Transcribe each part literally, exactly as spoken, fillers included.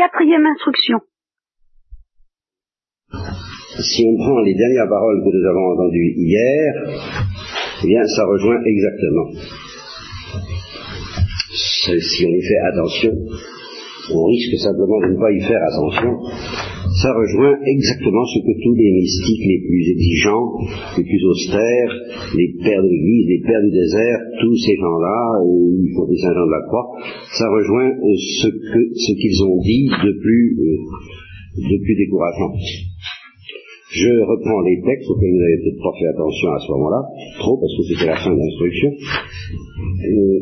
quatrième instruction. Si on prend les dernières paroles que nous avons entendues hier, eh bien, ça rejoint exactement. Si on y fait attention, on risque simplement de ne pas y faire attention. Ça rejoint exactement ce que tous les mystiques les plus exigeants, les plus austères, les pères de l'Église, les pères du désert, tous ces gens-là, y compris Saint Jean de la Croix, ça rejoint ce que ce qu'ils ont dit de plus, euh, de plus décourageant. Je reprends les textes auxquels vous avez peut-être pas fait attention à ce moment-là, trop, parce que c'était la fin de l'instruction. Euh,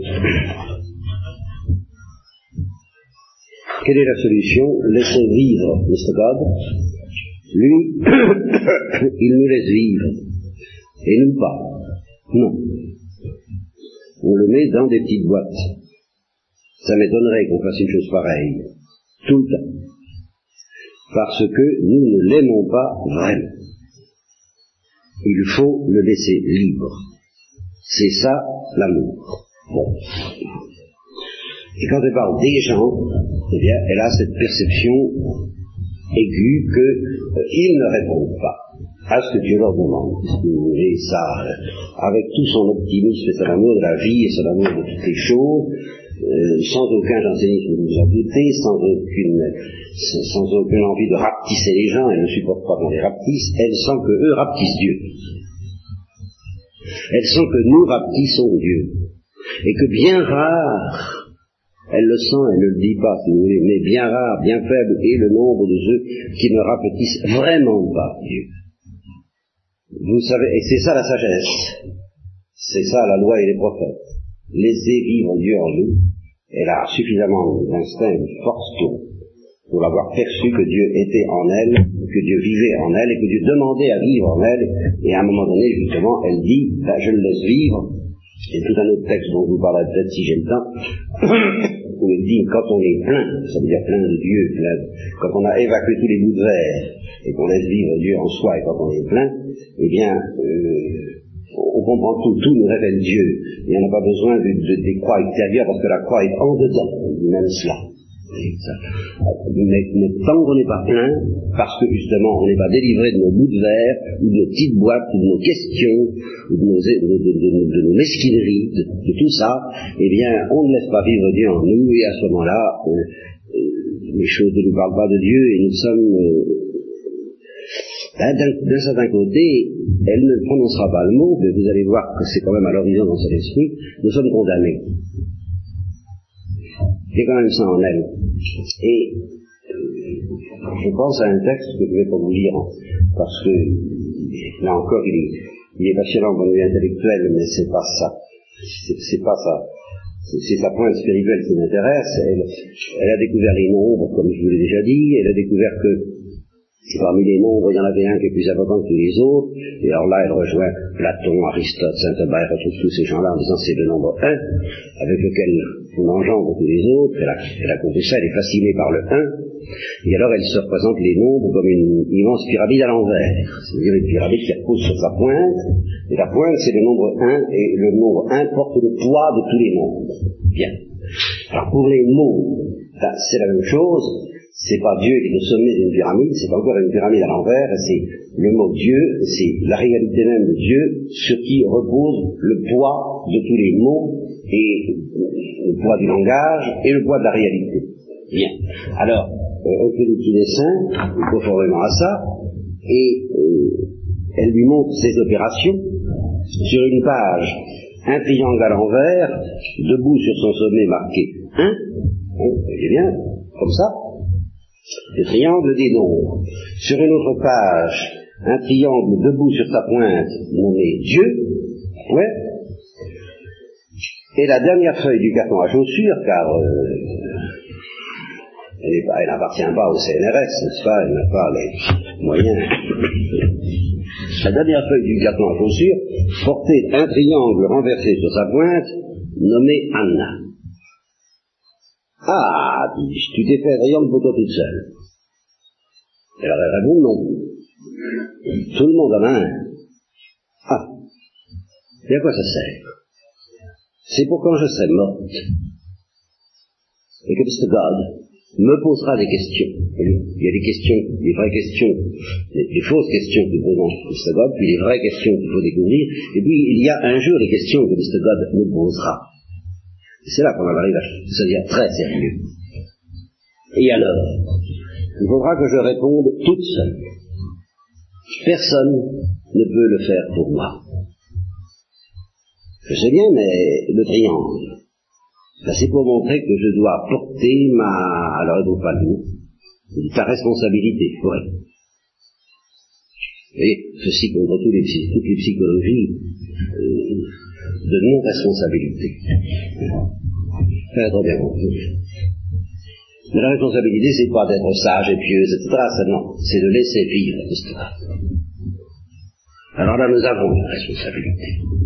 Quelle est la solution? Laissez vivre mister God. Lui, il nous laisse vivre. Et nous pas. Non. On le met dans des petites boîtes. Ça m'étonnerait qu'on fasse une chose pareille. Tout le temps. Parce que nous ne l'aimons pas vraiment. Il faut le laisser libre. C'est ça, l'amour. Bon. Et quand elle parle des gens, eh bien, elle a cette perception aiguë qu'ils euh, ne répondent pas à ce que Dieu leur demande. Et ça, euh, avec tout son optimisme et son amour de la vie et son amour de toutes les choses, euh, sans aucun jansénisme, vous vous en doutez, sans aucune, sans aucune envie de rapetisser les gens, elle ne supporte pas qu'on les rapetisse, elle sent que eux rapetissent Dieu. Elle sent que nous rapetissons Dieu. Et que bien rare, elle le sent, elle ne le dit pas, si vous voulez, mais bien rare, bien faible est le nombre de ceux qui ne rapetissent vraiment pas Dieu. Vous savez, et c'est ça la sagesse, c'est ça la loi et les prophètes. Laissez vivre Dieu en nous. Elle a suffisamment d'instinct et de force pour, pour l'avoir perçu que Dieu était en elle, que Dieu vivait en elle, et que Dieu demandait à vivre en elle, et à un moment donné, justement, elle dit, ben, je le laisse vivre. Et tout un autre texte dont je vous parlerai peut-être si j'ai le temps, où il dit, quand on est plein, ça veut dire plein de Dieu, plein, quand on a évacué tous les bouts de verre, et qu'on laisse vivre Dieu en soi, et quand on est plein, eh bien, euh, on comprend tout, tout nous révèle Dieu. Il n'y en a pas besoin de, de, des croix extérieures, parce que la croix est en dedans, même cela. Mais, mais tant qu'on n'est pas plein, parce que justement on n'est pas délivré de nos bouts de verre, ou de nos petites boîtes, ou de nos questions, ou de nos, de, de, de, de, de nos mesquineries, de, de tout ça, eh bien on ne laisse pas vivre Dieu en nous, et à ce moment-là, euh, euh, les choses ne nous parlent pas de Dieu, et nous sommes, euh, ben, d'un, d'un certain côté, elle ne prononcera pas le mot, mais vous allez voir que c'est quand même à l'horizon dans son esprit, nous sommes condamnés. C'est quand même ça en elle. Et euh, je pense à un texte que je ne vais pas vous lire, parce que là encore il est, il est passionnant au point de vue intellectuel, mais c'est pas ça. C'est, c'est pas ça. C'est, c'est sa pointe spirituelle qui m'intéresse. Elle, elle a découvert les nombres, comme je vous l'ai déjà dit. Elle a découvert que parmi les nombres, il y en avait un qui est plus important que les autres. Et alors là, elle rejoint Platon, Aristote, Saint-Thomas, elle retrouve tous ces gens-là en disant c'est le nombre un, avec lequel on engendre tous les autres. Elle a, elle a compris ça, elle est fascinée par le un. Et alors, elle se représente les nombres comme une immense pyramide à l'envers. C'est-à-dire une pyramide qui repose sur sa pointe. Et la pointe, c'est le nombre un, et le nombre un porte le poids de tous les nombres. Bien. Alors, pour les mots, ben, c'est la même chose. C'est pas Dieu qui est au sommet d'une pyramide, c'est encore une pyramide à l'envers, et c'est le mot Dieu, c'est la réalité même de Dieu, sur qui repose le poids de tous les mots, et le poids du langage, et le poids de la réalité. Bien. Alors, euh, elle fait des petits dessins, conformément à ça, et euh, elle lui montre ses opérations sur une page, un triangle à l'envers, debout sur son sommet marqué un, bon, eh bien, comme ça, le triangle des nombres. Sur une autre page, un triangle debout sur sa pointe, nommé Dieu, ouais. Et la dernière feuille du carton à chaussures, car euh, elle, est pas, elle n'appartient pas au C N R S, n'est-ce pas, elle n'a pas les moyens. La dernière feuille du carton à chaussures portait un triangle renversé sur sa pointe, nommé Anna. Ah, dis-je, tu t'es fait un triangle pour toi toute seule. Elle aurait répondu non. Tout le monde en a un. Ah, et à quoi ça sert? C'est pour quand je serai morte, et que mister God me posera des questions. Il y a des questions, des vraies questions, des, des fausses questions que nous posons à mister God, puis des vraies questions qu'il faut découvrir, et puis il y a un jour les questions que mister God nous posera. Et c'est là qu'on en arrive à ça devient très sérieux. Et alors, il faudra que je réponde toute seule. Personne ne peut le faire pour moi. Je sais bien, mais le triangle, ben c'est pour montrer que je dois porter ma, alors il ne faut pas le mot, ta responsabilité, oui. Vous voyez, ceci contre tous les, toutes les psychologies euh, de non-responsabilité. Très bien compris. Mais la responsabilité, c'est pas d'être sage et pieuse, et cetera. Ça, non, c'est de laisser vivre l'histoire. Alors là, nous avons une responsabilité.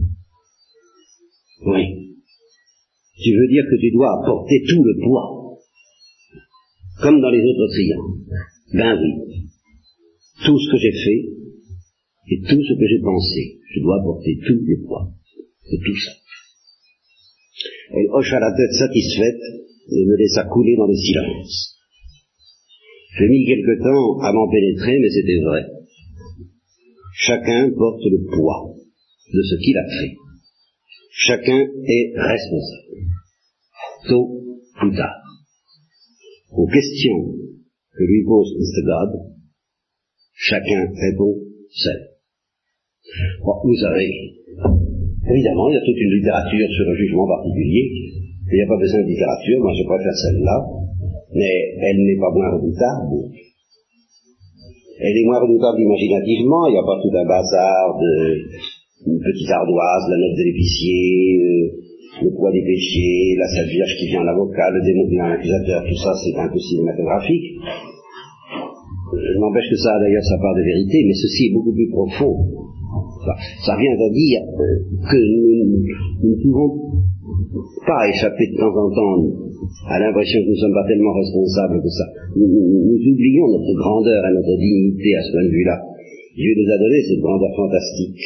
Oui. Tu veux dire que tu dois porter tout le poids, comme dans les autres triangles. Ben oui. Tout ce que j'ai fait, et tout ce que j'ai pensé, je dois porter tout le poids de tout ça. Elle hocha la tête satisfaite et me laissa couler dans le silence. J'ai mis quelque temps à m'en pénétrer, mais c'était vrai. Chacun porte le poids de ce qu'il a fait. Chacun est responsable. Tôt ou tard. Aux questions que lui pose mister God, chacun répond seul. Bon, vous savez, évidemment, il y a toute une littérature sur un jugement particulier. Il n'y a pas besoin de littérature, moi je préfère celle-là, mais elle n'est pas moins redoutable. Elle est moins redoutable imaginativement, il n'y a pas tout un bazar de une petite ardoise, la note de l'épicier, euh, le poids des péchés, la Sainte Vierge qui vient à l'avocat, le démon qui vient à l'accusateur, tout ça c'est un peu cinématographique. Je m'empêche que ça a d'ailleurs sa part de vérité, mais ceci est beaucoup plus profond. Ça, ça vient à dire euh, que nous, nous ne pouvons pas échapper de temps en temps à l'impression que nous ne sommes pas tellement responsables que ça. Nous, nous, nous oublions notre grandeur et notre dignité à ce point de vue-là. Dieu nous a donné cette grandeur fantastique.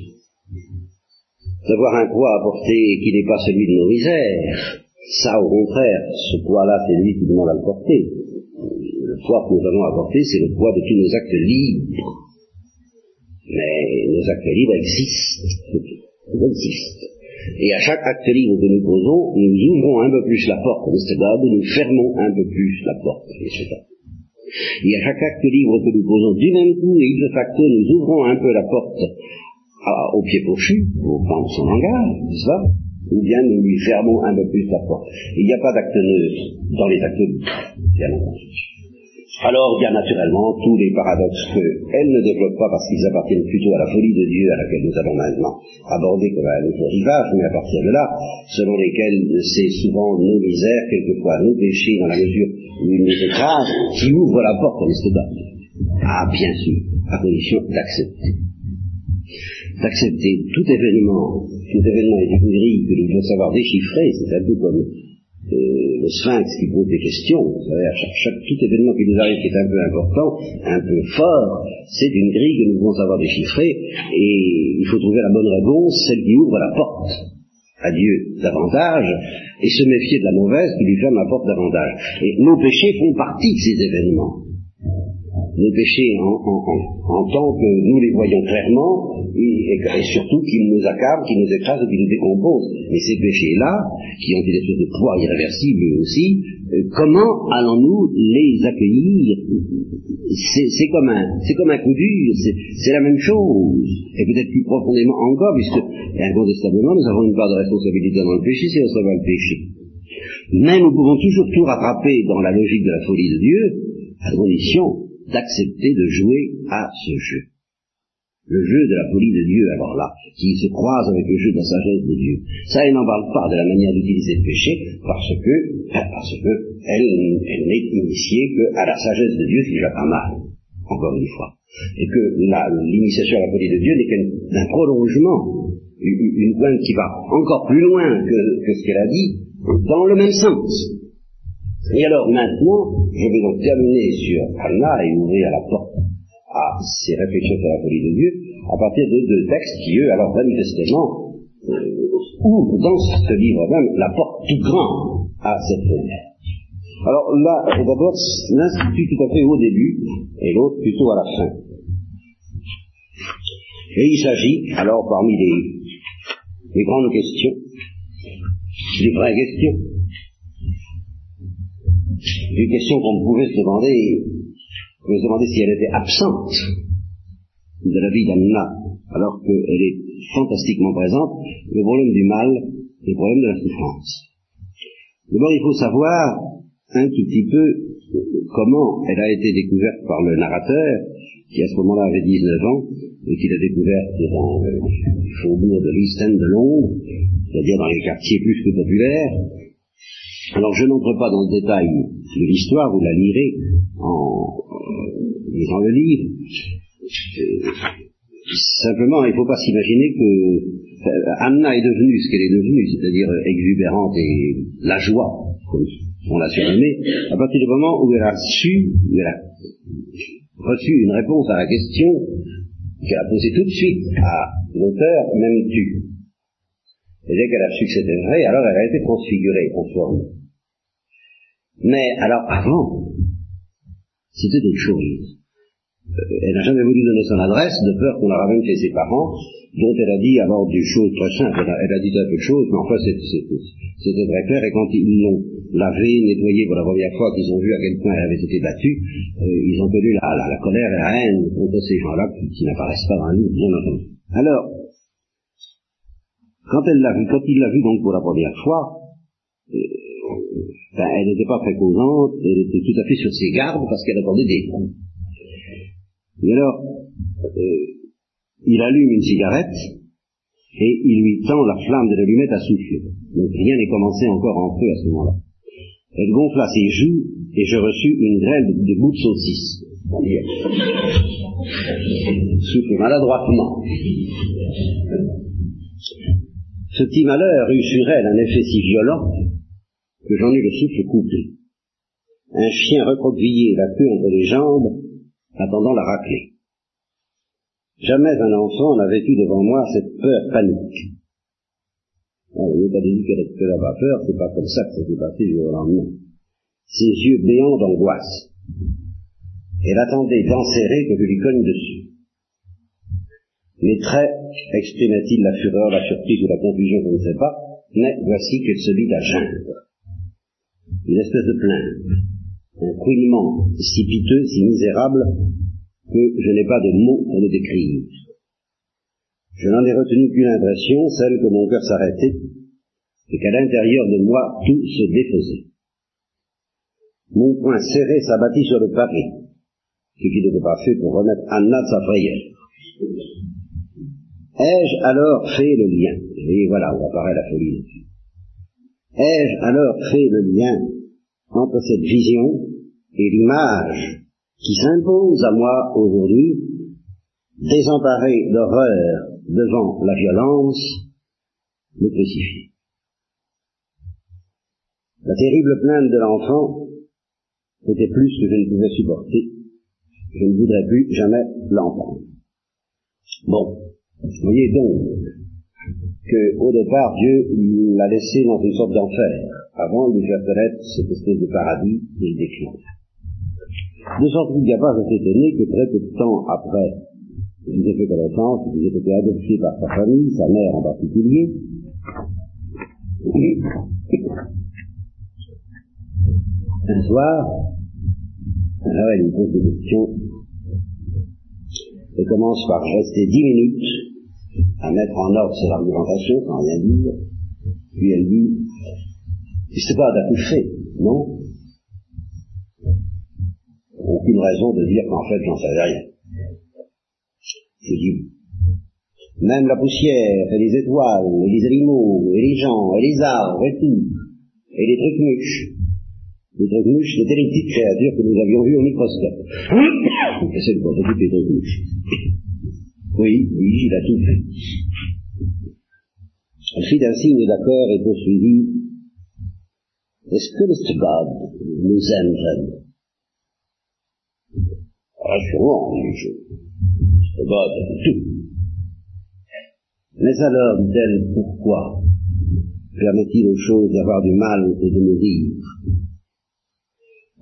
D'avoir un poids à porter qui n'est pas celui de nos misères. Ça, au contraire, ce poids-là, c'est lui qui demande à le porter. Le poids que nous avons à porter, c'est le poids de tous nos actes libres. Mais nos actes libres existent. Ils existent. Et à chaque acte libre que nous posons, nous ouvrons un peu plus la porte, mister God, nous fermons un peu plus la porte, et cetera. Et à chaque acte libre que nous posons du même coup, et de facto, nous ouvrons un peu la porte à, au pied pochu, au plan de son langage, n'est-ce pas? Ou bien nous lui fermons un peu plus la porte. Il n'y a pas d'acte neutre dans les actes libres, bien entendu. Alors, il y a naturellement tous les paradoxes qu'elle ne développe pas parce qu'ils appartiennent plutôt à la folie de Dieu à laquelle nous allons maintenant aborder comme à notre rivage, mais à partir de là, selon lesquels c'est souvent nos misères, quelquefois nos péchés dans la mesure où ils nous écrasent, qui ouvrent la porte à mister God. Ah, bien sûr, à condition d'accepter. D'accepter tout événement, tout événement est une grille que nous devons savoir déchiffrer, c'est un peu comme Euh, le sphinx qui pose des questions, vous savez, à chaque, chaque, tout événement qui nous arrive qui est un peu important, un peu fort, c'est une grille que nous devons savoir déchiffrer, et il faut trouver la bonne réponse, celle qui ouvre la porte à Dieu davantage, et se méfier de la mauvaise qui lui ferme la porte davantage. Et nos péchés font partie de ces événements. Nos péchés en, en, en, en tant que nous les voyons clairement, et, et surtout qu'ils nous accablent, qu'ils nous écrasent, qu'ils nous décomposent. Mais ces péchés-là, qui ont une espèce de poids irréversible aussi, euh, comment allons-nous les accueillir? C'est, c'est comme un, c'est comme un coup dur, c'est, c'est la même chose, et peut-être plus profondément encore, puisque incontestablement nous avons une part de responsabilité dans le péché, c'est notre le péché. Mais nous pouvons toujours tout rattraper dans la logique de la folie de Dieu, à condition d'accepter de jouer à ce jeu. Le jeu de la folie de Dieu, alors là, qui se croise avec le jeu de la sagesse de Dieu. Ça, elle n'en parle pas de la manière d'utiliser le péché, parce que, parce que, elle, elle n'est initiée qu'à la sagesse de Dieu, c'est déjà pas mal, encore une fois. Et que la, l'initiation à la folie de Dieu n'est qu'un prolongement, une, une pointe qui va encore plus loin que, que ce qu'elle a dit, dans le même sens. Et alors maintenant, je vais donc terminer sur Anna et ouvrir la porte à ces réflexions sur la folie de Dieu à partir de deux textes qui, eux, alors manifestement, euh, ouvrent dans ce livre même la porte tout grand à cette folie. Alors là, d'abord, l'Institut tout à fait au début, et l'autre plutôt à la fin. Et il s'agit, alors, parmi les, les grandes questions, les vraies questions, une question qu'on pouvait se demander, on pouvait se demander si elle était absente de la vie d'Anna, alors qu'elle est fantastiquement présente, le problème du mal, le problème de la souffrance. D'abord, il faut savoir un tout petit peu comment elle a été découverte par le narrateur, qui à ce moment-là avait dix-neuf ans, et qui l'a découverte dans le faubourg de l'East End de Londres, c'est-à-dire dans les quartiers plus que populaires. Alors je n'entre pas dans le détail de l'histoire, vous la lirez en lisant le livre. Euh, simplement, il ne faut pas s'imaginer que Anna est devenue ce qu'elle est devenue, c'est-à-dire exubérante et la joie, comme on l'a surnommée, à partir du moment où elle a su, où elle a reçu une réponse à la question qu'elle a posée tout de suite à l'auteur, m'aimes-tu? Et dès qu'elle a su que c'était vrai, alors elle a été transfigurée, transformée. Mais alors avant, c'était autre chose. Euh, elle n'a jamais voulu donner son adresse, de peur qu'on la ramène chez ses parents, dont elle a dit alors des choses très simples. Elle a, elle a dit un peu de choses, mais enfin c'était très clair, et quand ils l'ont lavé, nettoyé pour la première fois, qu'ils ont vu à quel point elle avait été battue, euh, ils ont connu la, la, la colère et la haine contre ces gens-là qui, qui n'apparaissent pas dans le livre, bien entendu. Alors, quand elle l'a vu, quand il l'a vu donc pour la première fois, euh, ben, elle n'était pas très causante, elle était tout à fait sur ses gardes parce qu'elle attendait des coups. Et alors, euh, il allume une cigarette et il lui tend la flamme de l'allumette à souffler. Donc rien n'est commencé encore en feu à ce moment-là. Elle gonfla ses joues et je reçus une grêle de, de bouts de saucisse. Souffle maladroitement. Ce petit malheur eut sur elle un effet si violent que j'en eus le souffle coupé. Un chien recroquevillé, la queue entre les jambes, attendant la raclée. Jamais un enfant n'avait eu devant moi cette peur panique. Alors, il n'est pas dit qu'elle n'avait pas peur, c'est pas comme ça que ça s'est passé du jour au lendemain. Ses yeux béants d'angoisse. Elle attendait d'enserrer que je lui cogne dessus. Mes traits, exprimait-il la fureur, la surprise ou la confusion, je ne sais pas, mais voici qu'elle se mit à geindre. Une espèce de plainte, un couinement si piteux, si misérable, que je n'ai pas de mots pour le décrire. Je n'en ai retenu qu'une impression, celle que mon cœur s'arrêtait, et qu'à l'intérieur de moi tout se défaisait. Mon poing serré s'abattit sur le pavé, ce qui n'était pas fait pour remettre Anna de sa frayeur. Ai-je alors fait le lien? Et voilà où apparaît la folie. Ai-je alors fait le lien entre cette vision et l'image qui s'impose à moi aujourd'hui, désemparé d'horreur devant la violence, me crucifier. La terrible plainte de l'enfant était plus que je ne pouvais supporter. Je ne voudrais plus jamais l'entendre. Bon, vous voyez donc que, au départ, Dieu l'a laissé dans une sorte d'enfer, avant de lui faire connaître cette espèce de paradis qu'il décrit. De sorte qu'il n'y a pas à s'étonner que très peu de temps après qu'ils aient fait connaissance, qu'ils aient été adoptés par sa famille, sa mère en particulier, un soir, alors elle lui pose des questions, elle commence par rester dix minutes à mettre en ordre son argumentation, sans rien dire, puis elle dit, je sais pas, d'accoucher, non? Aucune raison de dire qu'en fait j'en savais rien. Je dis, même la poussière, et les étoiles, et les animaux, et les gens, et les arbres, et tout, et les trucs-mûches, les trucs-mûches, c'était les petites créatures que nous avions vues au microscope. Et c'est le prototype des trucs-mûches. Oui, oui, il a tout fait. Elle fit d'un signe d'accord et poursuivit, est-ce que mister God nous aime vraiment? Rassurant, mister God aime tout. Mais alors, dit-elle, pourquoi permet-il aux choses d'avoir du mal et de mourir?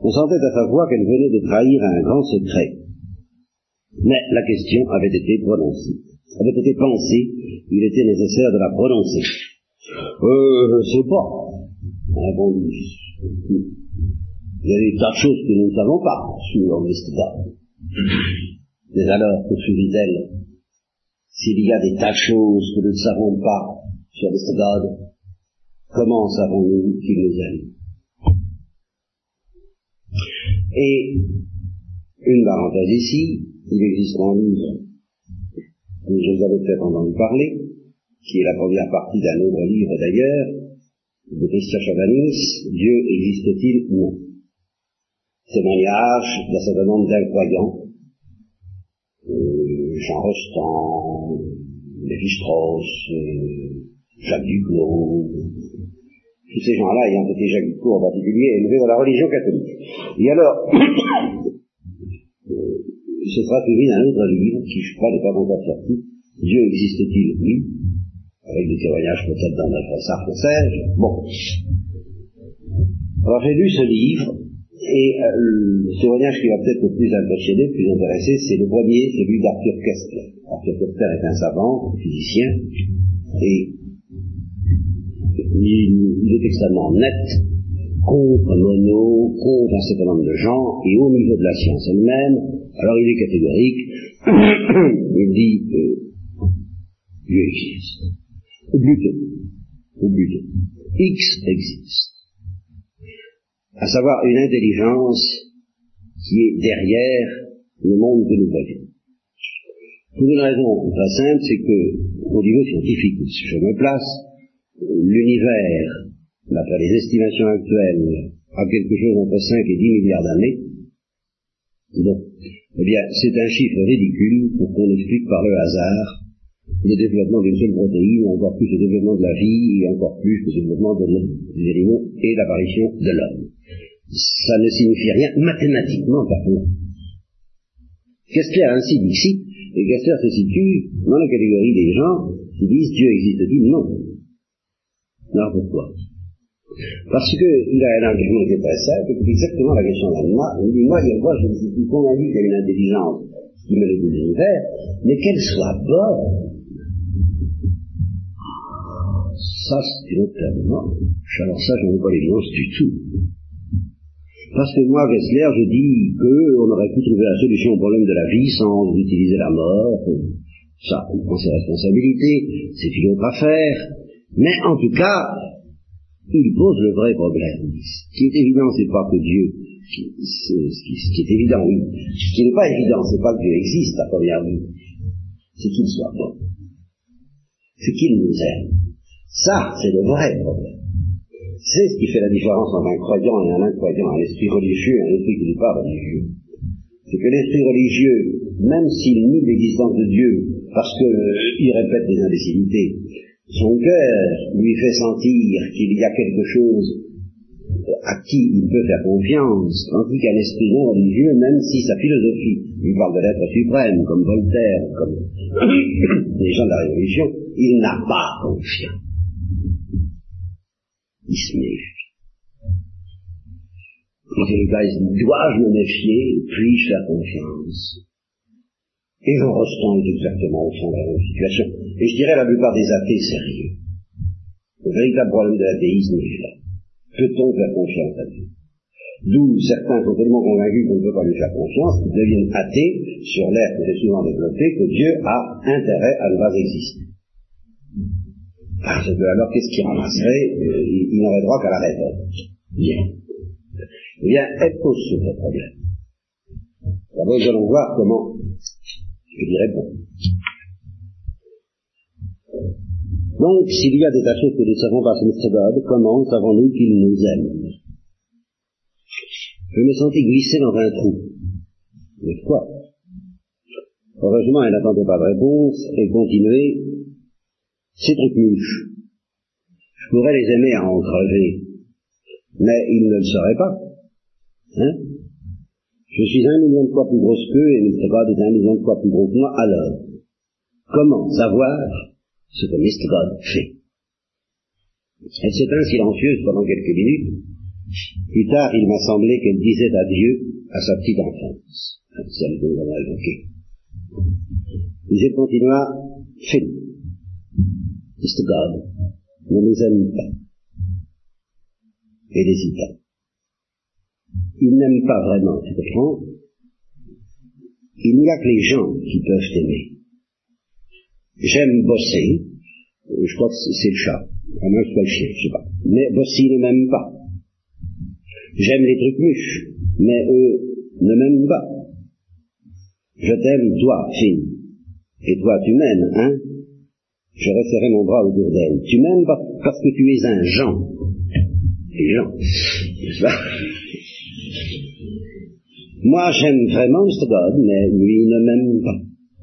On sentait à sa voix qu'elle venait de trahir un grand secret. Mais la question avait été prononcée, avait été pensée, il était nécessaire de la prononcer. Euh, je ne sais pas, répondit. Il y a des tas de choses que nous ne savons pas sur Mister God. Mais alors, poursuivit-elle, s'il y a des tas de choses que nous ne savons pas sur Mister God, comment savons-nous qu'il nous aime? Et, une parenthèse ici, il existe un livre dont je vous avais peut-être entendu parler, qui est la première partie d'un autre livre d'ailleurs, de Christian Chavanis, Dieu existe-t-il? Non. Témoignage d'un certain nombre d'incroyants, euh, Jean Rostand, Lévi-Strauss, euh, Jacques Duclos, tous ces gens-là ayant été, Jacques Duclos en particulier, élevés dans la religion catholique. Et alors, euh, ce sera suivi d'un autre livre, qui je crois n'est pas encore sorti, Dieu existe-t-il? Oui, avec des témoignages peut-être dans notre sartre, sais-je. Bon. Alors j'ai lu ce livre, et euh, le témoignage qui va peut-être le plus impressionner, le plus intéressé, c'est le premier, celui d'Arthur Koestler. Arthur Koestler est un savant, physicien, et il, il est extrêmement net contre Monod, contre un certain nombre de gens, et au niveau de la science elle-même, alors il est catégorique, il dit euh, Dieu existe. Ou plutôt, ou plutôt, X existe. À savoir une intelligence qui est derrière le monde que nous voyons. Pour une raison très simple, c'est que, au niveau scientifique, si je me place, l'univers, d'après les estimations actuelles, a quelque chose entre cinq et dix milliards d'années. Bon, eh bien, c'est un chiffre ridicule pour qu'on explique par le hasard le développement d'une seule protéine, et encore plus le développement de la vie, et encore plus le développement de des animaux et l'apparition de l'homme. Ça ne signifie rien mathématiquement parlant. Kessler ainsi dit ici, et Kessler se situe dans la catégorie des gens qui disent Dieu existe-t-il? Non. Alors pourquoi? Parce que il a un argument qui est très simple, c'est exactement la question d'un moi. Il dit, moi, moi, je me suis convaincu qu'il y a une intelligence qui manipule l'univers, mais qu'elle soit bonne. Ça, c'est une autre argument. Alors ça, je n'ai pas l'évidence du tout. Parce que moi, Kessler, je dis qu'on aurait pu trouver la solution au problème de la vie sans utiliser la mort. Ça, il prend ses responsabilités, c'est une autre affaire. Mais en tout cas, il pose le vrai problème. Ce qui est évident, c'est pas que Dieu, ce qui, ce qui est évident, oui. Ce qui n'est pas évident, c'est pas que Dieu existe à première vue. C'est qu'il soit bon. C'est qu'il nous aime. Ça, c'est le vrai problème. C'est ce qui fait la différence entre un croyant et un incroyant, un esprit religieux et un esprit qui n'est pas religieux. C'est que l'esprit religieux, même s'il nie l'existence de Dieu, parce qu'il euh, répète des imbécilités, son cœur lui fait sentir qu'il y a quelque chose à qui il peut faire confiance, tandis qu'un esprit non religieux, même si sa philosophie lui parle de l'être suprême, comme Voltaire, comme les gens de la Révolution, il n'a pas confiance. Il se méfie. En tous les cas, il se dit, dois-je me méfier, puis-je faire confiance? Et Jean Rostand est exactement au fond de la même situation. Et je dirais la plupart des athées sérieux. Le véritable problème de l'athéisme est là. Peut-on faire confiance à Dieu? D'où certains sont tellement convaincus qu'on ne peut pas lui faire confiance qu'ils deviennent athées sur l'air que j'ai souvent développé que Dieu a intérêt à ne pas exister. Parce que alors qu'est-ce qui ramasserait? euh, il, il n'aurait droit qu'à la révolte. Bien. Eh bien, elle pose ce vrai problème. D'abord, nous allons voir comment je lui réponds. Donc, s'il y a des tas de choses que nous ne savons pas sur Mister God, comment savons-nous qu'il nous aime? Je me sentis glisser dans un trou. Mais quoi? Heureusement, elle n'attendait pas de réponse et continuait. Ces trucs mûches, je pourrais les aimer à en crever, mais ils ne le seraient pas. Hein? Je suis un million de fois plus grosse qu'eux et Mister God est un million de fois plus gros que moi, alors, comment savoir ce que Mister God fait? Elle s'éteint silencieuse pendant quelques minutes, Plus tard, il m'a semblé qu'elle disait adieu à sa petite enfance, celle que nous avons évoquée. Puis elle continua, Phil, mister God ne nous aime pas. Et hésita. Il n'aime pas vraiment, tu comprends? Il n'y a que les gens qui peuvent aimer. J'aime bosser, je crois que c'est le chat, à moins que ce soit le chien, je sais pas. Mais bosser ne m'aime pas. J'aime les trucs mûches, mais eux ne m'aiment pas. Je t'aime, toi, fille. Et toi, tu m'aimes, hein? Je resserrai mon bras autour d'elle. Tu m'aimes pas parce que tu es un Jean. Les gens, n'est-ce pas? Moi, j'aime vraiment mister God, mais lui ne m'aime pas.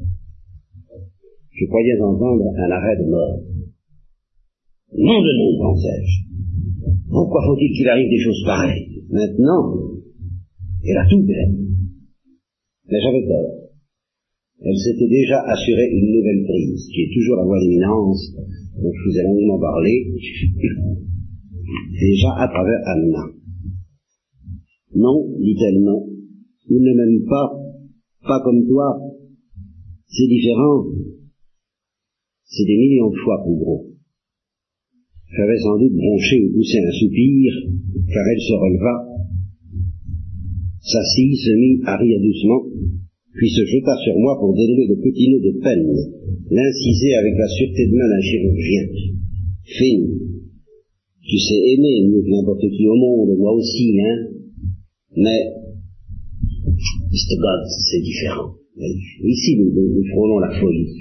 Je croyais entendre un arrêt de mort. Nom de nom, pensais-je. Pourquoi faut-il qu'il arrive des choses pareilles? Maintenant, elle a tout fait. Mais j'avais tort. Elle s'était déjà assurée une nouvelle prise, qui est toujours la voie d'éminence, dont je vous ai longuement parlé, déjà à travers Anna. Non, dit-elle, non. Il ne m'aime pas, pas comme toi. C'est différent. C'est des millions de fois plus gros. J'avais sans doute bronché ou poussé un soupir, car elle se releva, s'assit, se mit à rire doucement, puis se jeta sur moi pour dénouer de petits nœuds de peine, l'inciser avec la sûreté de main d'un chirurgien. Fine, tu sais aimer mieux que n'importe qui au monde, moi aussi, hein, mais mister God, c'est différent. Ici, nous, nous, nous frôlons la folie.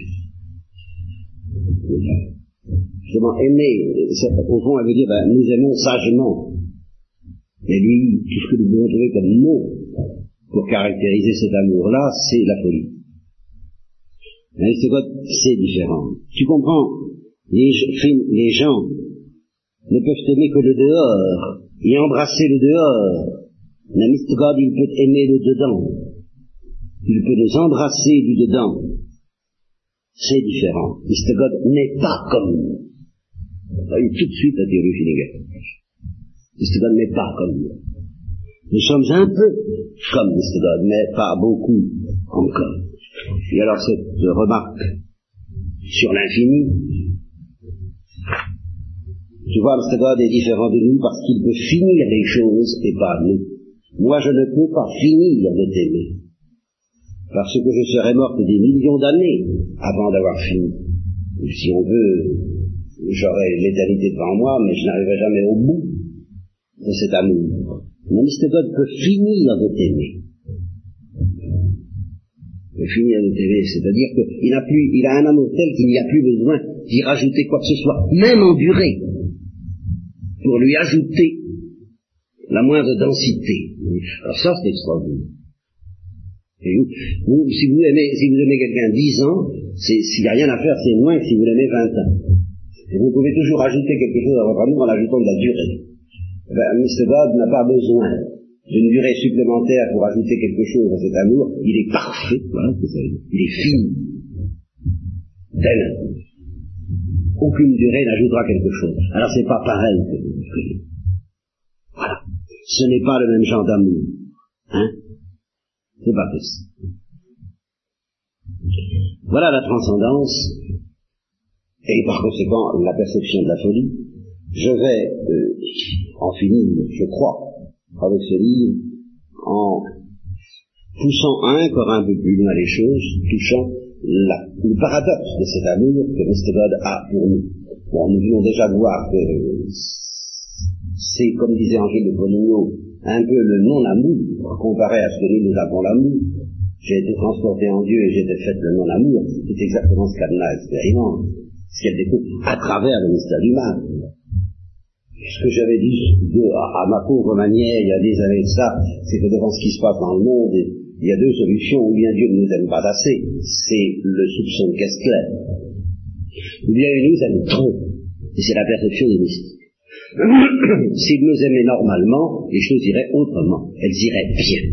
Justement, aimer, au fond, elle veut dire, ben, nous aimons sagement. Mais lui, tout ce que nous pouvons trouver comme mot pour caractériser cet amour-là, c'est la folie. Mais c'est quoi? C'est différent. Tu comprends? Les, les gens ne peuvent aimer que le dehors et embrasser le dehors. Mais mister God, il peut aimer le dedans. Il peut nous embrasser du dedans. C'est différent. mister God n'est pas comme nous. Vous voyez tout de suite la théologie négative. mister God n'est pas comme nous. Nous sommes un peu comme mister God, mais pas beaucoup encore. Et alors cette remarque sur l'infini, tu vois, mister God est différent de nous parce qu'il peut finir les choses et pas nous. Moi, je ne peux pas finir de t'aimer, parce que je serais morte des millions d'années avant d'avoir fini. Si on veut, j'aurais l'éternité devant moi, mais je n'arriverai jamais au bout de cet amour. Mais mister God peut finir de t'aimer. Peut finir de t'aimer, c'est-à-dire qu'il n'a plus, il a un amour tel qu'il n'y a plus besoin d'y rajouter quoi que ce soit, même en durée, pour lui ajouter la moindre densité. Alors ça, c'est extraordinaire. Et vous, vous, si vous aimez, si vous aimez quelqu'un dix ans, c'est, s'il n'y a rien à faire, c'est moins que si vous l'aimez vingt ans. Et vous pouvez toujours ajouter quelque chose à votre amour en ajoutant de la durée. Ben, mister God n'a pas besoin d'une durée supplémentaire pour ajouter quelque chose à cet amour. Il est parfait, voilà, vous savez. Il est fini. Tel. Aucune durée n'ajoutera quelque chose. Alors c'est pas pareil que vous. Voilà. Ce n'est pas le même genre d'amour. Hein? C'est pas possible. Voilà la transcendance, et par conséquent la perception de la folie. Je vais euh, en finir, je crois, avec ce livre, en poussant encore un peu plus loin les choses, touchant la, le paradoxe de cet amour que mister God a pour nous. Bon, nous venons déjà de voir que c'est, comme disait Angèle de Poligno, un peu le non-amour comparé à ce que nous, nous avons l'amour. J'ai été transporté en Dieu et j'ai été fait le non-amour. C'est exactement ce qu'Anna expérimente, ce qu'elle découvre à travers le mystère du mal. Ce que j'avais dit de, à, à ma pauvre manière il y a des années de ça, c'est que devant ce qui se passe dans le monde, il y a deux solutions. Ou bien Dieu ne nous aime pas assez, c'est le soupçon de Kessler. Ou bien il nous aime trop, et c'est la perception des mystiques. S'il nous aimait normalement, les choses iraient autrement, elles iraient bien.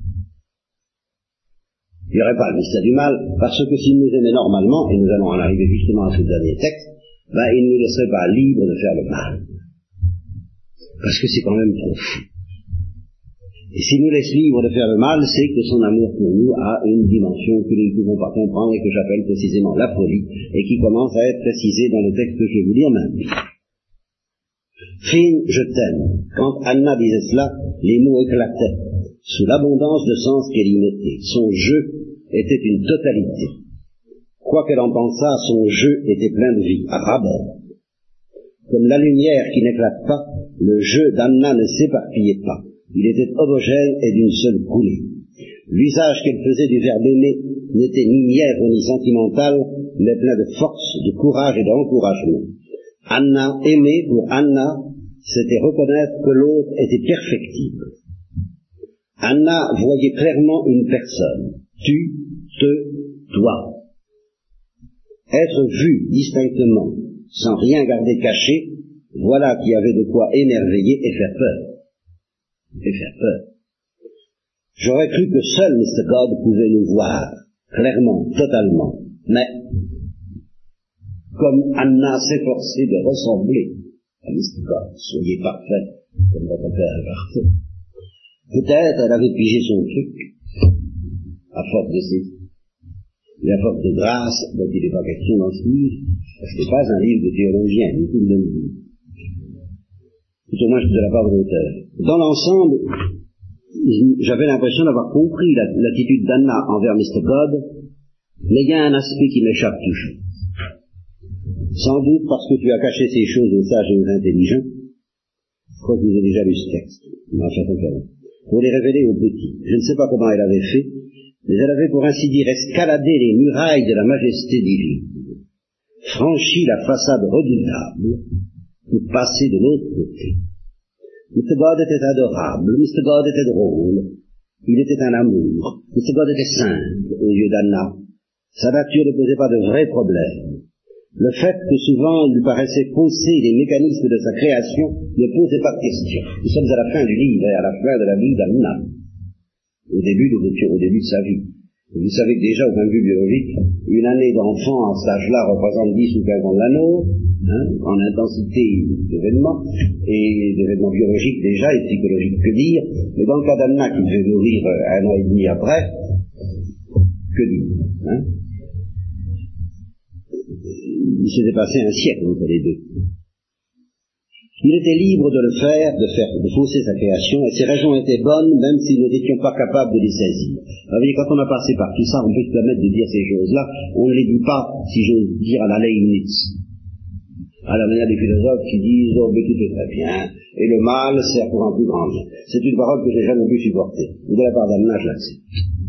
Il n'y aurait pas le mystère du mal, parce que s'il nous aimait normalement, et nous allons en arriver justement à ce dernier texte, ben il ne nous laisserait pas libres de faire le mal. parce que c'est quand même trop fou. Et s'il nous laisse libre de faire le mal, c'est que son amour pour nous a une dimension que nous ne pouvons pas comprendre et que j'appelle précisément la folie, et qui commence à être précisée dans le texte que je vais vous lire maintenant. Fine, je t'aime. Quand Anna disait cela, les mots éclataient, sous l'abondance de sens qu'elle y mettait. Son je était une totalité. Quoi qu'elle en pensât, son je était plein de vie, à ras-bord. Comme la lumière qui n'éclate pas, le je d'Anna ne s'éparpillait pas. Il était homogène et d'une seule coulée. L'usage qu'elle faisait du verbe aimer n'était ni mièvre ni sentimental, mais plein de force, de courage et d'encouragement. Anna, aimer pour Anna, c'était reconnaître que l'autre était perfectible. Anna voyait clairement une personne. Tu, te, toi. Être vu distinctement, sans rien garder caché, voilà qui avait de quoi émerveiller et faire peur. Et faire peur. J'aurais cru que seul mister God pouvait nous voir, clairement, totalement, mais comme Anna s'efforçait de ressembler à mister God, soyez parfait, comme votre père est parfait, peut-être elle avait pigé son truc, à force de ses, et à force de grâce, dont il n'est pas question dans ce livre, ce n'est pas un livre de théologien, du tout le livre. Tout au moins de la part de l'auteur. Dans l'ensemble, j'avais l'impression d'avoir compris l'attitude d'Anna envers mister God, mais il y a un aspect qui m'échappe toujours. Sans doute parce que tu as caché ces choses aux sages et aux intelligents. Je crois que vous avez déjà lu ce texte, pour les révéler aux petits. Je ne sais pas comment elle avait fait, mais elle avait pour ainsi dire escaladé les murailles de la majesté divine, franchi la façade redoutable, pour passer de l'autre côté. mister God était adorable, mister God était drôle, il était un amour, mister God était simple aux yeux d'Anna. Sa nature ne posait pas de vrais problèmes. Le fait que souvent il lui paraissait fausser les mécanismes de sa création ne posait pas de question. Nous sommes à la fin du livre et à la fin de la vie d'Anna. Au début, nous étions au début de sa vie. Vous savez que déjà, au point de vue biologique, une année d'enfant à cet âge-là représente dix ou quinze ans de la nôtre, hein, en intensité d'événements, et d'événements biologiques déjà, et psychologiques que dire, mais dans le cas d'Anna qui devait mourir un an et demi après, que dire, hein? Il s'était passé un siècle entre les deux. Il était libre de le faire, de faire, de fausser sa création, et ses raisons étaient bonnes, même si nous n'étions pas capables de les saisir. Alors, quand on a passé par tout ça, on peut se permettre de dire ces choses-là, on ne les dit pas, si j'ose dire, à la Leibniz. À la manière des philosophes qui disent, oh, mais tout est très bien, et le mal sert pour un plus grand bien. C'est une parole que j'ai jamais pu supporter. Et de la part d'Anna, je l'accepte.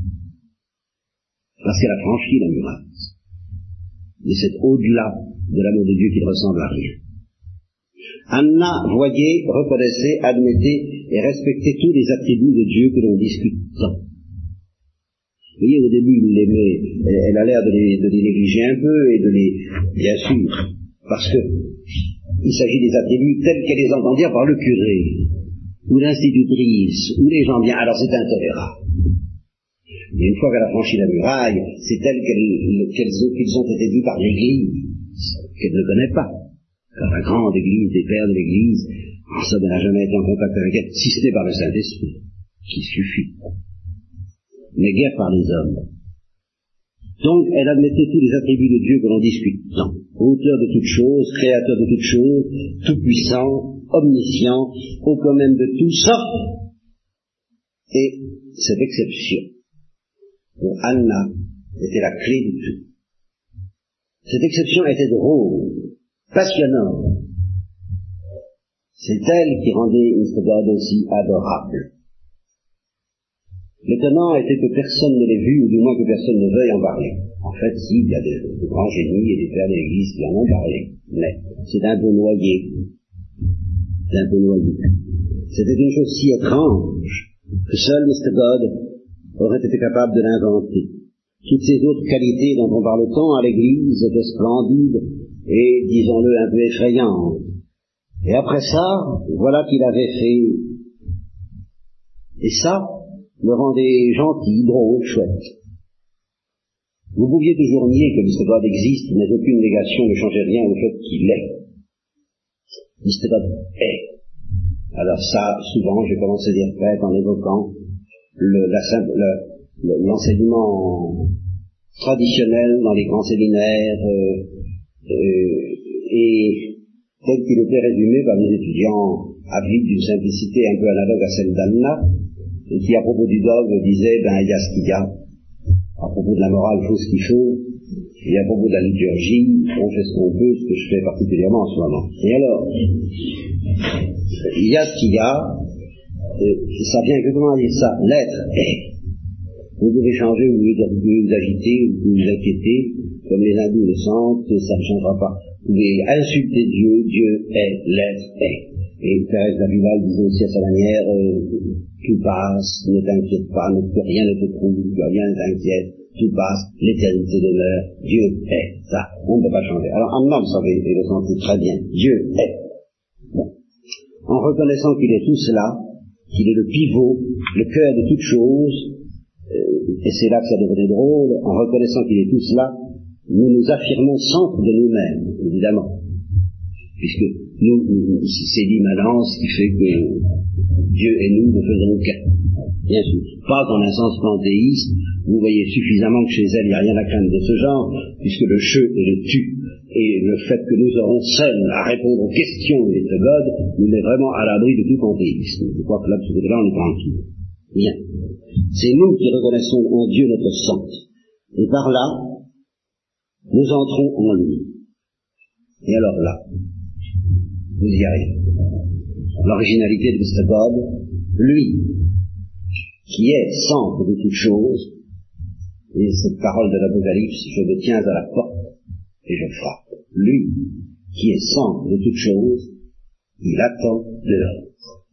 Parce qu'elle a franchi la muraille. Et c'est au-delà de l'amour de Dieu qui ne ressemble à rien. Anna voyait, reconnaissait, admettait et respectait tous les attributs de Dieu que l'on discute tant. Vous voyez, au début, il l'aimait, elle, elle a l'air de les, de les négliger un peu et de les, bien sûr, parce que il s'agit des attributs tels qu'elle les entend dire par le curé, ou l'institutrice, ou les gens bien, alors c'est intolérable. Et une fois qu'elle a franchi la muraille, c'est tel qu'elles, qu'elles, qu'ils ont été dit par l'Église, qu'elle ne connaît pas. Car la grande Église, des pères de l'Église, en somme, elle n'a jamais été en contact avec elle, si ce n'est par le Saint-Esprit, qui suffit. Mais guère par les hommes. Donc, elle admettait tous les attributs de Dieu que l'on discute tant. Auteur de toutes choses, créateur de toutes choses, tout-puissant, omniscient, au quand même de tout ça. Et cette exception, pour Anna, était la clé du tout. Cette exception était drôle, passionnante. C'est elle qui rendait mister God aussi adorable. L'étonnant était que personne ne l'ait vu, ou du moins que personne ne veuille en parler. En fait, si, il y a des, de grands génies et des pères de l'Église qui en ont parlé, mais c'est un peu noyé. C'est un peu noyé. C'était une chose si étrange que seul mister God aurait été capable de l'inventer. Toutes ces autres qualités dont on parle tant à l'Église étaient splendides et, disons-le, un peu effrayantes. Et après ça, voilà qu'il avait fait. Et ça le rendait gentil, drôle, chouette. Vous pouviez toujours nier que mister God existe, mais aucune négation ne changeait rien au fait qu'il est. mister God est. Alors ça, souvent, j'ai commencé à dire fait en évoquant le, la, le, le, l'enseignement traditionnel dans les grands séminaires euh, euh, et tel qu'il était résumé par des étudiants avides d'une simplicité un peu analogue à celle d'Anna, et qui à propos du dogme disait ben il y a ce qu'il y a, à propos de la morale il faut ce qu'il faut, et à propos de la liturgie on fait ce qu'on peut, ce que je fais particulièrement en ce moment. Et alors il y a ce qu'il y a, euh, ça vient exactement à dire ça, l'être est. Vous pouvez changer, vous pouvez vous agiter, vous pouvez vous inquiéter, comme les hindous le sentent, ça ne changera pas. Vous pouvez insulter Dieu, Dieu est, l'être est. Et Thérèse d'Avila disait aussi à sa manière, euh, tout passe, ne t'inquiète pas, ne, que rien ne te trouble, que rien ne t'inquiète, tout passe, l'éternité demeure, Dieu est. Ça, on ne peut pas changer. Alors Anna, vous savez, et le sentez très bien, Dieu est. Bon. En reconnaissant qu'il est tout cela, qu'il est le pivot, le cœur de toute chose, et c'est là que ça devenait drôle, en reconnaissant qu'il est tout cela, nous nous affirmons centre de nous-mêmes, évidemment. Puisque nous, nous c'est l'immanence qui fait que Dieu et nous ne faisons qu'un. Bien sûr. Pas dans un sens panthéiste, vous voyez suffisamment que chez elle, il n'y a rien à craindre de ce genre, puisque le je et le tu, et le fait que nous aurons seuls à répondre aux questions de God, nous met vraiment à l'abri de tout panthéisme. Je crois que là, de ce côté-là, on est tranquille. Bien. C'est nous qui reconnaissons en Dieu notre centre. Et par là, nous entrons en lui. Et alors là, vous y arrivez. L'originalité de mister God, lui, qui est centre de toute chose, et cette parole de l'Apocalypse, je me tiens à la porte et je frappe. Lui, qui est centre de toute chose, il attend dehors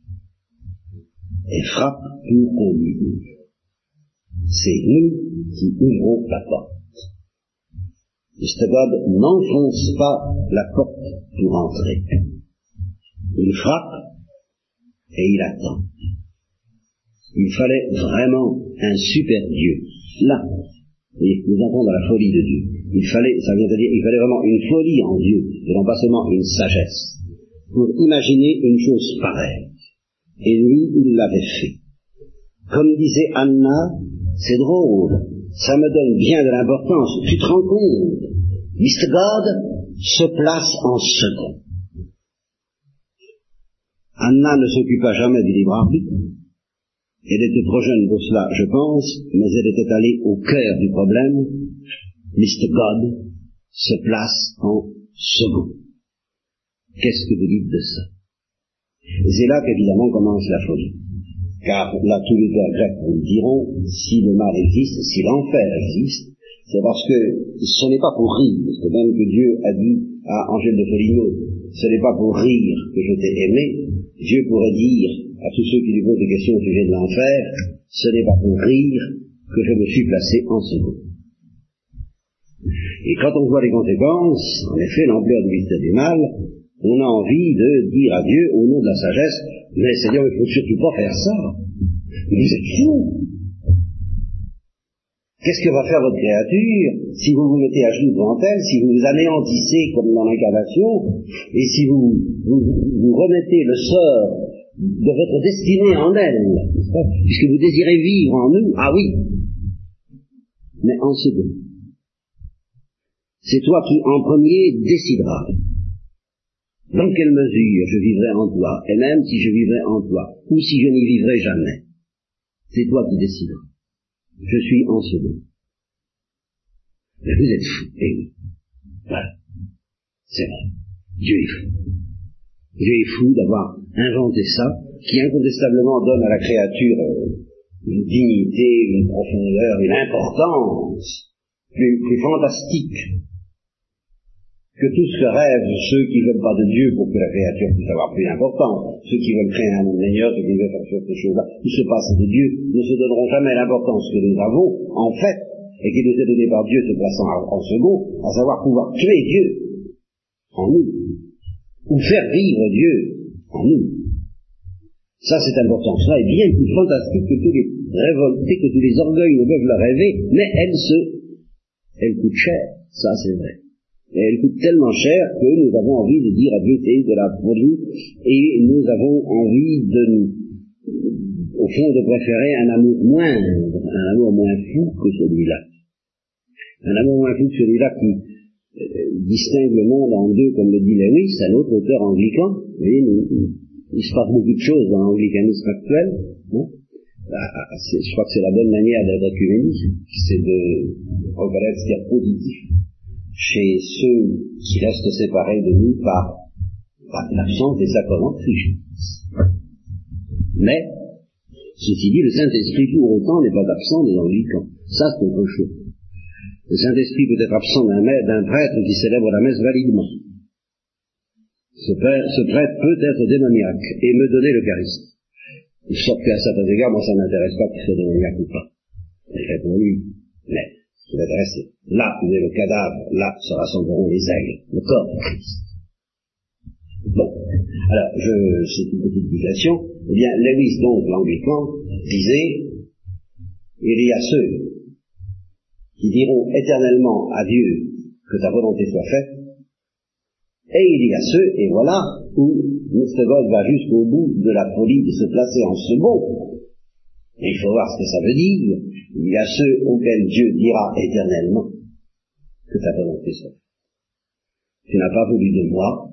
et frappe pour qu'on lui ouvre. C'est nous qui ouvrons la porte. mister God n'enfonce pas la porte pour entrer. Il frappe et il attend. Il fallait vraiment un super Dieu. Là, et nous entrons dans la folie de Dieu. Il fallait, ça vient de dire, il fallait vraiment une folie en Dieu, et non pas seulement une sagesse, pour imaginer une chose pareille. Et lui, il l'avait fait. Comme disait Anna, c'est drôle, ça me donne bien de l'importance. Tu te rends compte, mister God se place en second. Anna ne s'occupa jamais du libre arbitre. Elle était trop jeune pour cela, je pense, mais elle était allée au cœur du problème. mister God se place en second. Qu'est-ce que vous dites de ça? Et c'est là qu'évidemment commence la folie. Car là, tous les pères grecs vous le diront, si le mal existe, si l'enfer existe, c'est parce que ce n'est pas pour rire, parce que même que Dieu a dit à Angèle de Foligno, ce n'est pas pour rire que je t'ai aimé. Dieu pourrait dire à tous ceux qui lui posent des questions au sujet de l'enfer, ce n'est pas pour rire que je me suis placé en second. Et quand on voit les conséquences, en effet, l'ampleur du mystère du mal, on a envie de dire à Dieu, au nom de la sagesse, mais Seigneur, il ne faut surtout pas faire ça. Vous êtes fous. Qu'est-ce que va faire votre créature si vous vous mettez à genoux devant elle, si vous vous anéantissez comme dans l'incarnation, et si vous, vous, vous remettez le sort de votre destinée en elle, n'est-ce pas, puisque vous désirez vivre en nous, ah oui, mais en second. C'est toi qui, en premier, décideras dans quelle mesure je vivrai en toi, et même si je vivrai en toi, ou si je n'y vivrai jamais. C'est toi qui décideras. Je suis en second. Mais vous êtes fous, eh oui. Voilà. C'est vrai. Dieu est fou. Dieu est fou d'avoir inventé ça, qui incontestablement donne à la créature une dignité, une profondeur, une importance plus, plus fantastique que tout ce que rêvent ceux qui ne veulent pas de Dieu pour que la créature puisse avoir plus d'importance. Ceux qui veulent créer un monde meilleur, ceux qui veulent faire ces choses-là, tout se passe de Dieu, ne se donneront jamais l'importance que nous avons, en fait, et qui nous est donnée par Dieu se plaçant en second, à savoir pouvoir tuer Dieu en nous, ou faire vivre Dieu en nous. Ça, cette importance-là est bien plus fantastique que tous les révoltés, que tous les orgueils ne peuvent la rêver, mais elle se, elle coûte cher, ça c'est vrai. Et elle coûte tellement cher que nous avons envie de dire à Dieu c'est de la folie, et nous avons envie de, au fond, de préférer un amour moindre, un amour moins fou que celui-là. Un amour moins fou que celui-là qui euh, distingue le monde en deux, comme le dit Lewis, un autre auteur anglican. Vous voyez, nous, nous, il se passe beaucoup de choses dans l'anglicanisme actuel. Hein. Ah, je crois que c'est la bonne manière d'être œcuménique, c'est de reconnaître ce qu'il y a de positif chez ceux qui restent séparés de nous par, par l'absence des sacrements de Christ. Mais, ceci dit, le Saint-Esprit pour autant n'est pas absent des anglicans. Ça, c'est autre chose. Le Saint-Esprit peut être absent d'un, d'un prêtre qui célèbre la messe validement. Ce, prêtre, ce prêtre peut être démoniaque et me donner l'Eucharistie. Sauf qu'à certains égards, moi, ça ne m'intéresse pas qu'il soit démoniaque ou pas. C'est fait pour lui. Mais, ce qui m'intéresse, c'est là où est le cadavre, là se rassembleront les aigles, le corps de Christ. Bon. Alors, je, c'est une petite digression. Eh bien, Lewis, donc, l'anglican, disait, il y a ceux qui diront éternellement à Dieu que ta volonté soit faite, et il y a ceux, et voilà, où mister God va jusqu'au bout de la folie de se placer en second. Et il faut voir ce que ça veut dire. Il y a ceux auxquels Dieu dira éternellement que ta volonté soit faite. Tu n'as pas voulu de moi,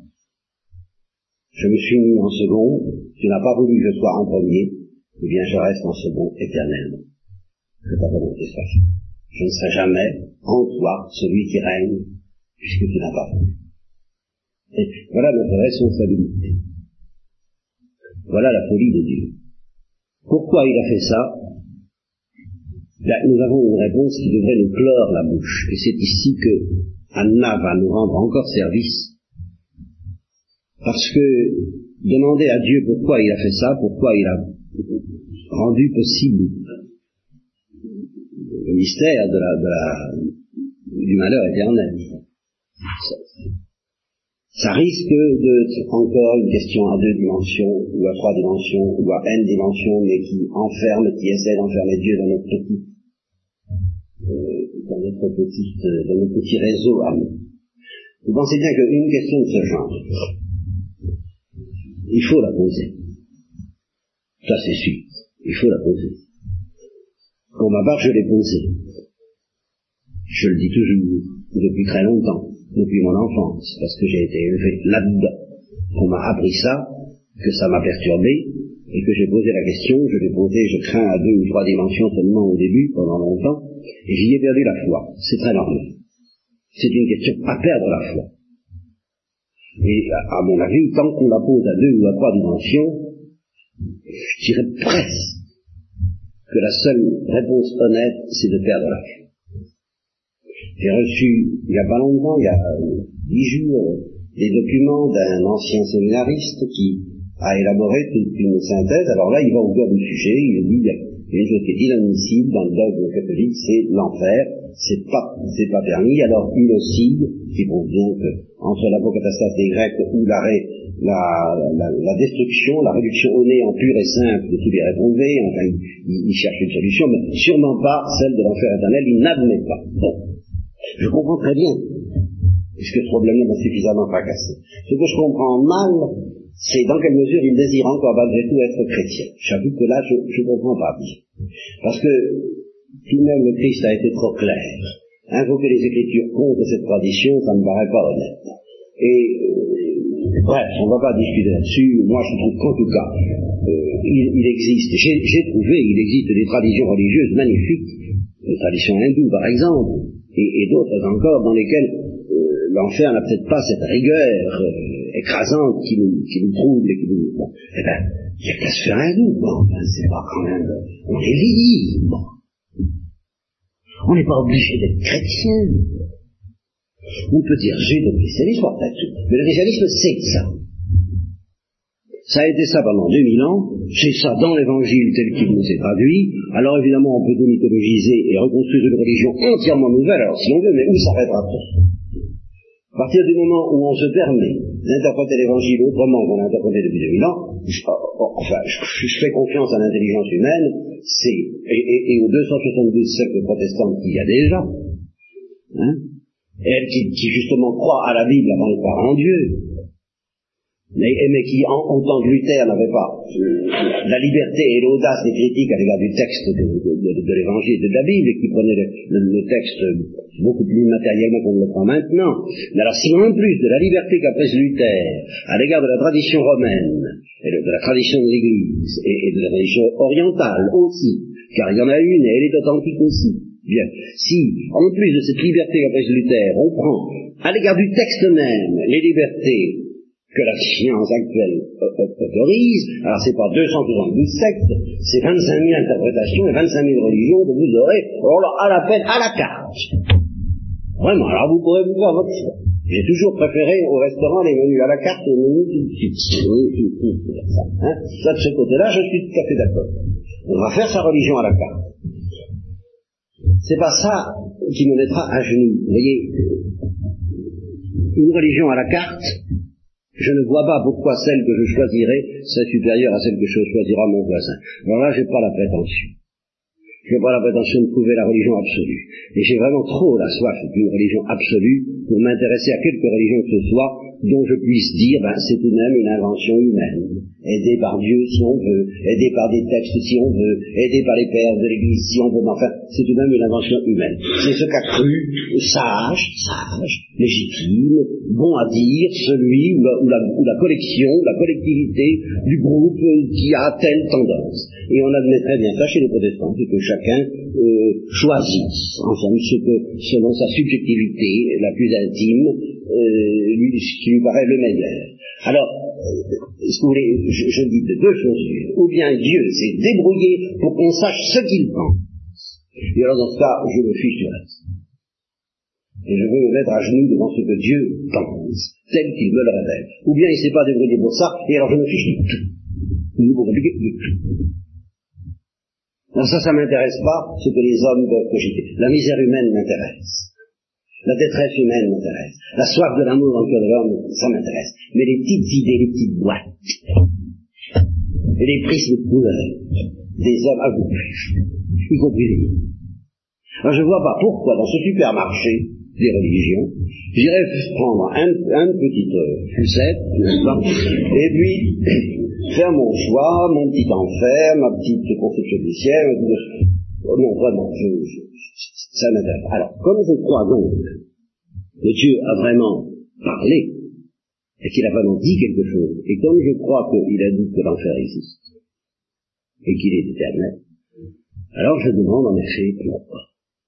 je me suis mis en second, tu n'as pas voulu que je sois en premier, eh bien je reste en second éternellement. Que ta volonté soit faite. Je ne serai jamais en toi celui qui règne, puisque tu n'as pas voulu. Et voilà notre responsabilité. Voilà la folie de Dieu. Pourquoi il a fait ça? Là, nous avons une réponse qui devrait nous clore la bouche. Et c'est ici que Anna va nous rendre encore service. Parce que demander à Dieu pourquoi il a fait ça, pourquoi il a rendu possible le mystère de la, de la, du malheur éternel. Ça, ça risque d'être encore une question à deux dimensions, ou à trois dimensions, ou à n dimensions, mais qui enferme, qui essaie d'enfermer Dieu dans notre petit, euh, dans notre petit, euh, dans notre petit réseau à nous. Vous pensez bien qu'une question de ce genre, il faut la poser. Ça c'est sûr, il faut la poser. Pour ma part, je l'ai posée. Je le dis toujours, depuis très longtemps. Depuis mon enfance, parce que j'ai été élevé là-dedans. On m'a appris ça, que ça m'a perturbé, et que j'ai posé la question, je l'ai posée, je crains, à deux ou trois dimensions seulement au début, pendant longtemps, et j'y ai perdu la foi. C'est très normal. C'est une question à perdre la foi. Et à, à mon avis, tant qu'on la pose à deux ou à trois dimensions, je dirais presque que la seule réponse honnête, c'est de perdre la foi. J'ai reçu, il n'y a pas longtemps, il y a dix jours, des documents d'un ancien séminariste qui a élaboré toute une synthèse. Alors là, il va au cœur du sujet, il dit, il y a une chose qui est inadmissible dans le dogme catholique, c'est l'enfer, c'est pas, c'est pas permis. Alors il oscille, qui prouve bien que, entre l'apocatastase des Grecs ou l'arrêt, la, la, la destruction, la réduction au néant pure et simple de tous les réprouvés, enfin, il, il cherche une solution, mais sûrement pas celle de l'enfer éternel, il n'admet pas. Bon. Je comprends très bien, puisque ce problème-là m'a suffisamment fracassé. Ce que je comprends mal, c'est dans quelle mesure il désire encore malgré tout être chrétien. J'avoue que là, je ne comprends pas bien. Parce que, tout de même, le Christ a été trop clair. Invoquer les Écritures contre cette tradition, ça ne me paraît pas honnête. Et, euh, bref, on ne va pas discuter là-dessus. Moi, je trouve qu'en tout cas, euh, il, il existe, j'ai, j'ai trouvé, il existe des traditions religieuses magnifiques, des traditions hindoues, par exemple, Et, et d'autres encore dans lesquelles euh, l'enfer n'a peut-être pas cette rigueur euh, écrasante qui nous, qui nous trouble et qui nous... Bon, eh ben, il n'y a qu'à se faire un doux, bon, ben, c'est pas quand même... On est libre. On n'est pas obligé d'être chrétien. On peut dire j'ai le christianisme, mais le christianisme c'est ça. Ça a été ça pendant deux mille ans, c'est ça dans l'évangile tel qu'il nous est traduit. Alors évidemment on peut tout mythologiser et reconstruire une religion entièrement nouvelle, alors si on veut, mais où s'arrêtera tout? À partir du moment où on se permet d'interpréter l'évangile autrement qu'on l'a interprété depuis deux mille ans, je, enfin, je, je fais confiance à l'intelligence humaine, c'est, et, et, et aux deux cent soixante-douze sectes protestantes qu'il y a déjà, hein, elle qui, qui justement croit à la Bible avant de croire en Dieu, mais, mais qui, en, autant que Luther n'avait pas la liberté et l'audace des critiques à l'égard du texte de, de, de, de l'Évangile et de la Bible, et qui prenait le, le, le texte beaucoup plus matériellement qu'on le prend maintenant. Mais alors, si en plus de la liberté qu'a prise Luther à l'égard de la tradition romaine, et de, de la tradition de l'Église, et, et de la tradition orientale aussi, car il y en a une et elle est authentique aussi, bien, si, en plus de cette liberté qu'a prise Luther, on prend à l'égard du texte même les libertés que la science actuelle autorise, alors c'est pas deux cent soixante-douze sectes, c'est vingt-cinq mille interprétations et vingt-cinq mille religions que vous aurez, alors là, à la peine, à la carte. Vraiment, alors vous pourrez vous faire votre choix. J'ai toujours préféré au restaurant les menus à la carte et les menus tout de suite. Hein, ça, de ce côté-là, je suis tout à fait d'accord. On va faire sa religion à la carte. C'est pas ça qui me mettra à genoux. Vous voyez, une religion à la carte, je ne vois pas pourquoi celle que je choisirai serait supérieure à celle que je choisira mon voisin. Alors là, j'ai pas la prétention. J'ai pas la prétention de trouver la religion absolue. Et j'ai vraiment trop la soif d'une religion absolue pour m'intéresser à quelque religion que ce soit dont je puisse dire, ben, c'est tout de même une invention humaine, aidée par Dieu si on veut, aidée par des textes si on veut, aidée par les pères de l'Église si on veut, mais enfin, c'est tout de même une invention humaine. C'est ce qu'a cru, sage, sage, légitime, bon à dire, celui ou la, ou la, ou la collection, la collectivité du groupe qui a telle tendance. Et on admet très bien ça chez les protestants, c'est que chacun euh, choisisse, en somme, ce que, selon sa subjectivité la plus intime, euh, lui, ce qui lui paraît le meilleur. Alors, euh, si vous voulez, je, je dis de deux choses, ou bien Dieu s'est débrouillé pour qu'on sache ce qu'il pense, et alors dans ce cas, je me fiche du reste. Et je veux me mettre à genoux devant ce que Dieu pense, tel qu'il me le révèle. Ou bien il ne s'est pas débrouillé pour ça, et alors je me fiche de tout. Nous vous compliquer de tout. Alors ça, ça ne m'intéresse pas, ce que les hommes peuvent cogiter. La misère humaine m'intéresse. La détresse humaine m'intéresse. La soif de l'amour dans le cœur de l'homme, ça m'intéresse. Mais les petites idées, les petites boîtes, et les prismes de couleur des hommes à vous, y compris les miens. Alors je ne vois pas pourquoi, dans ce supermarché des religions, j'irais prendre un, un petite euh, sucette, n'est-ce pas, et puis faire mon choix, mon petit enfer, ma petite conception du ciel. Non, vraiment, je, je, ça m'intéresse. Alors, comme je crois donc que Dieu a vraiment parlé, et qu'il a vraiment dit quelque chose, et comme je crois qu'il a dit que l'enfer existe, et qu'il est éternel, alors je demande en effet pourquoi.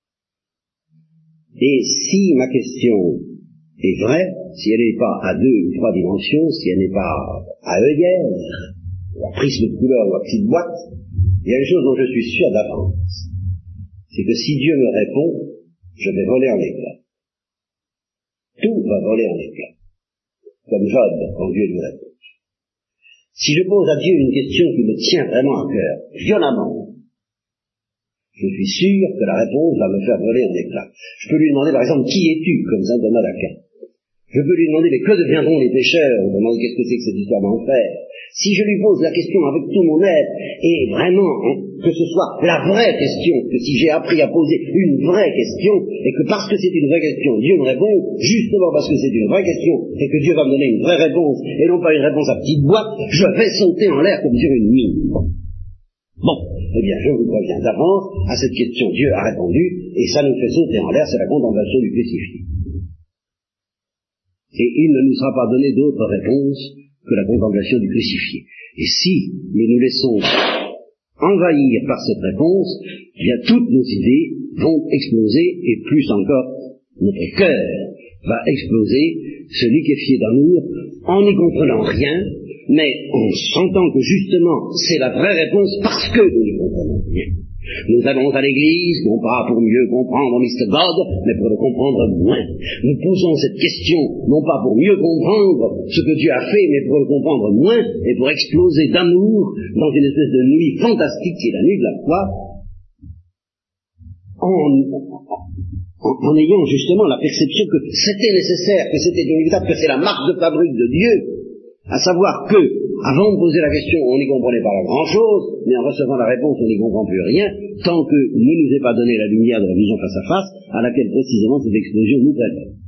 Et si ma question est vraie, si elle n'est pas à deux ou trois dimensions, si elle n'est pas à œillère, à prisme de couleur ou à petite boîte, il y a une chose dont je suis sûr d'avance, c'est que si Dieu me répond, je vais voler en éclats. Tout va voler en éclats. Comme Job, quand Dieu lui répond. Si je pose à Dieu une question qui me tient vraiment à cœur, violemment, je suis sûr que la réponse va me faire voler en éclats. Je peux lui demander par exemple, qui es-tu, comme saint Thomas d'Aquin. Je peux lui demander, mais que deviendront les pécheurs? Je me demande qu'est-ce que c'est que cette histoire d'enfer. Si je lui pose la question avec tout mon être, et vraiment, hein, que ce soit la vraie question, que si j'ai appris à poser une vraie question, et que parce que c'est une vraie question, Dieu me répond, justement parce que c'est une vraie question, et que Dieu va me donner une vraie réponse, et non pas une réponse à petite boîte, je vais sauter en l'air comme sur une mine. Bon, eh bien, je vous préviens d'avance, à cette question, Dieu a répondu, et ça nous fait sauter en l'air, c'est la contemplation du crucifié. Et il ne nous sera pas donné d'autre réponse que la contemplation du crucifié. Et si nous nous laissons envahir par cette réponse, eh bien toutes nos idées vont exploser, et plus encore, notre cœur va exploser, se liquéfier d'amour, en n'y comprenant rien, mais en sentant que justement c'est la vraie réponse parce que nous n'y comprenons rien. Nous allons à l'église, non pas pour mieux comprendre mister God, mais pour le comprendre moins. Nous posons cette question, non pas pour mieux comprendre ce que Dieu a fait, mais pour le comprendre moins, et pour exploser d'amour dans une espèce de nuit fantastique qui est la nuit de la foi, en, en, en ayant justement la perception que c'était nécessaire, que c'était inévitable, que c'est la marque de fabrique de Dieu, à savoir que, avant de poser la question, on n'y comprenait pas grand-chose, mais en recevant la réponse, on n'y comprend plus rien, tant que ne nous est pas donné la lumière de la vision face à face, à laquelle précisément cette explosion nous prépare.